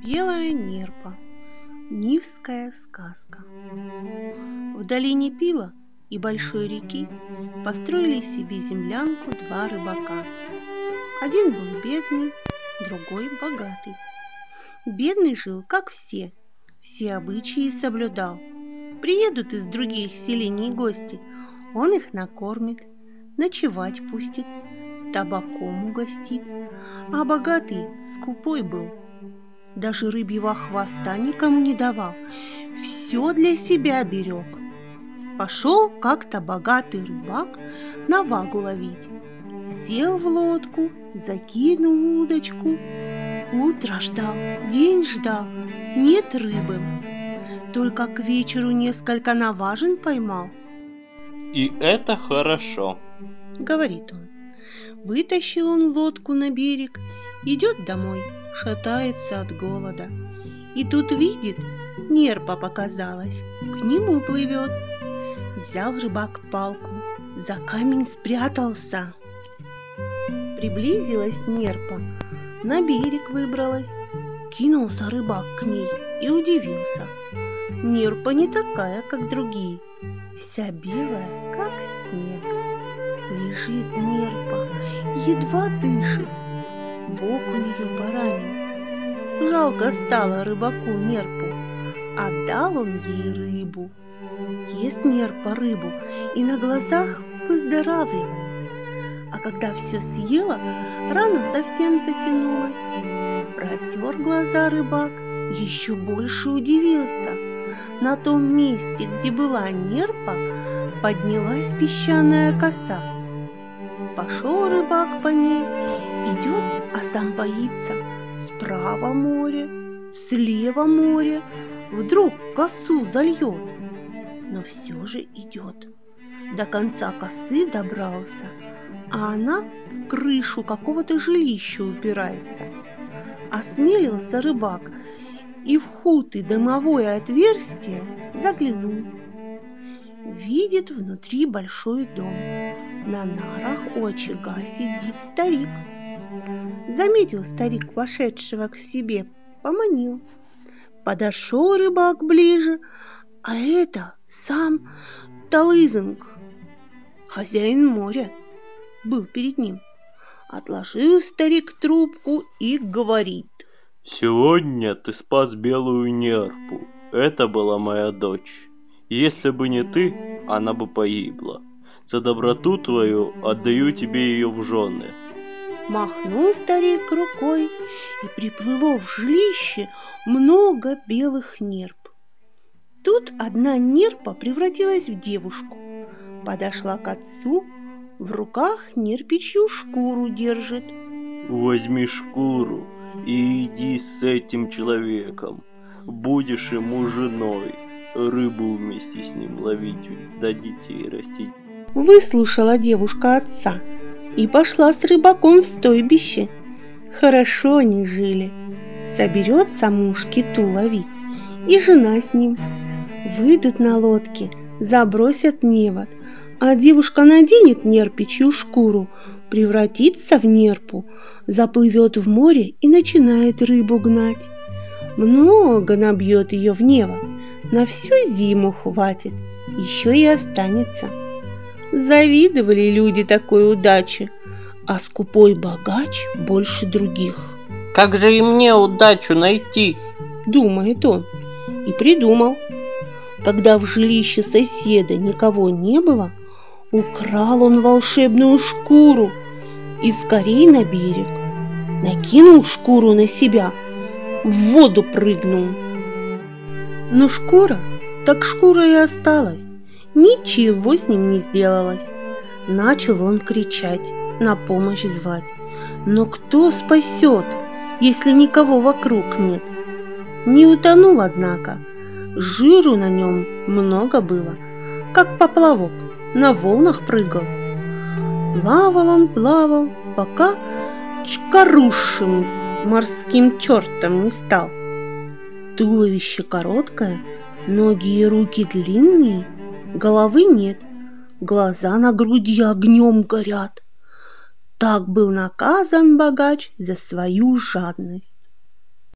Белая нерпа. Нивская сказка. В долине Пила и большой реки построили себе землянку два рыбака. Один был бедный, другой богатый. Бедный жил, как все обычаи соблюдал. Приедут из других селений гости, он их накормит, ночевать пустит, табаком угостит. А богатый скупой был, даже рыбьего хвоста никому не давал, все для себя берег. Пошел как-то богатый рыбак на вагу ловить. Сел в лодку, закинул удочку. Утро ждал, день ждал, нет рыбы. Только к вечеру несколько наважин поймал. «И это хорошо», — говорит он. Вытащил он лодку на берег, идет домой, шатается от голода. И тут видит, нерпа показалась, к нему плывет. Взял рыбак палку, за камень спрятался. Приблизилась нерпа, на берег выбралась. Кинулся рыбак к ней и удивился. Нерпа не такая, как другие, вся белая, как снег. Лежит нерпа, едва дышит, бок у нее поранен. Жалко стало рыбаку нерпу, отдал он ей рыбу. Ест нерпа рыбу и на глазах выздоравливает. А когда все съела, рана совсем затянулась. Протер глаза рыбак, еще больше удивился. На том месте, где была нерпа, поднялась песчаная коса. Пошел рыбак по ней, идет, а сам боится. Справа море, слева море, вдруг косу зальет. Но все же идет. До конца косы добрался, а она в крышу какого-то жилища упирается. Осмелился рыбак и в хутый дымовое отверстие заглянул. Видит внутри большой дом. На нарах у очага сидит старик. Заметил старик вошедшего к себе, поманил. Подошел рыбак ближе, а это сам Талызинг, хозяин моря, был перед ним. Отложил старик трубку и говорит: «Сегодня ты спас белую нерпу. Это была моя дочь. Если бы не ты, она бы погибла. За доброту твою отдаю тебе ее в жены». Махнул старик рукой, и приплыло в жилище много белых нерп. Тут одна нерпа превратилась в девушку. Подошла к отцу, в руках нерпичью шкуру держит. «Возьми шкуру и иди с этим человеком. Будешь ему женой, рыбу вместе с ним ловить, да детей растить». Выслушала девушка отца и пошла с рыбаком в стойбище. Хорошо они жили. Соберется муж киту ловить, и жена с ним. Выйдут на лодке, забросят невод, а девушка наденет нерпичью шкуру, превратится в нерпу, заплывет в море и начинает рыбу гнать. Много набьет ее в невод, на всю зиму хватит, еще и останется. Завидовали люди такой удаче, а скупой богач больше других. «Как же и мне удачу найти?» — думает он, и придумал. Когда в жилище соседа никого не было, украл он волшебную шкуру и скорей на берег. Накинул шкуру на себя, в воду прыгнул. Но шкура, так шкура и осталась, ничего с ним не сделалось. Начал он кричать, на помощь звать. Но кто спасет, если никого вокруг нет? Не утонул, однако. Жиру на нем много было, как поплавок, на волнах прыгал. Плавал он, плавал, пока чкарушим морским чертом не стал. Туловище короткое, ноги и руки длинные, головы нет, глаза на груди огнем горят. Так был наказан богач за свою жадность.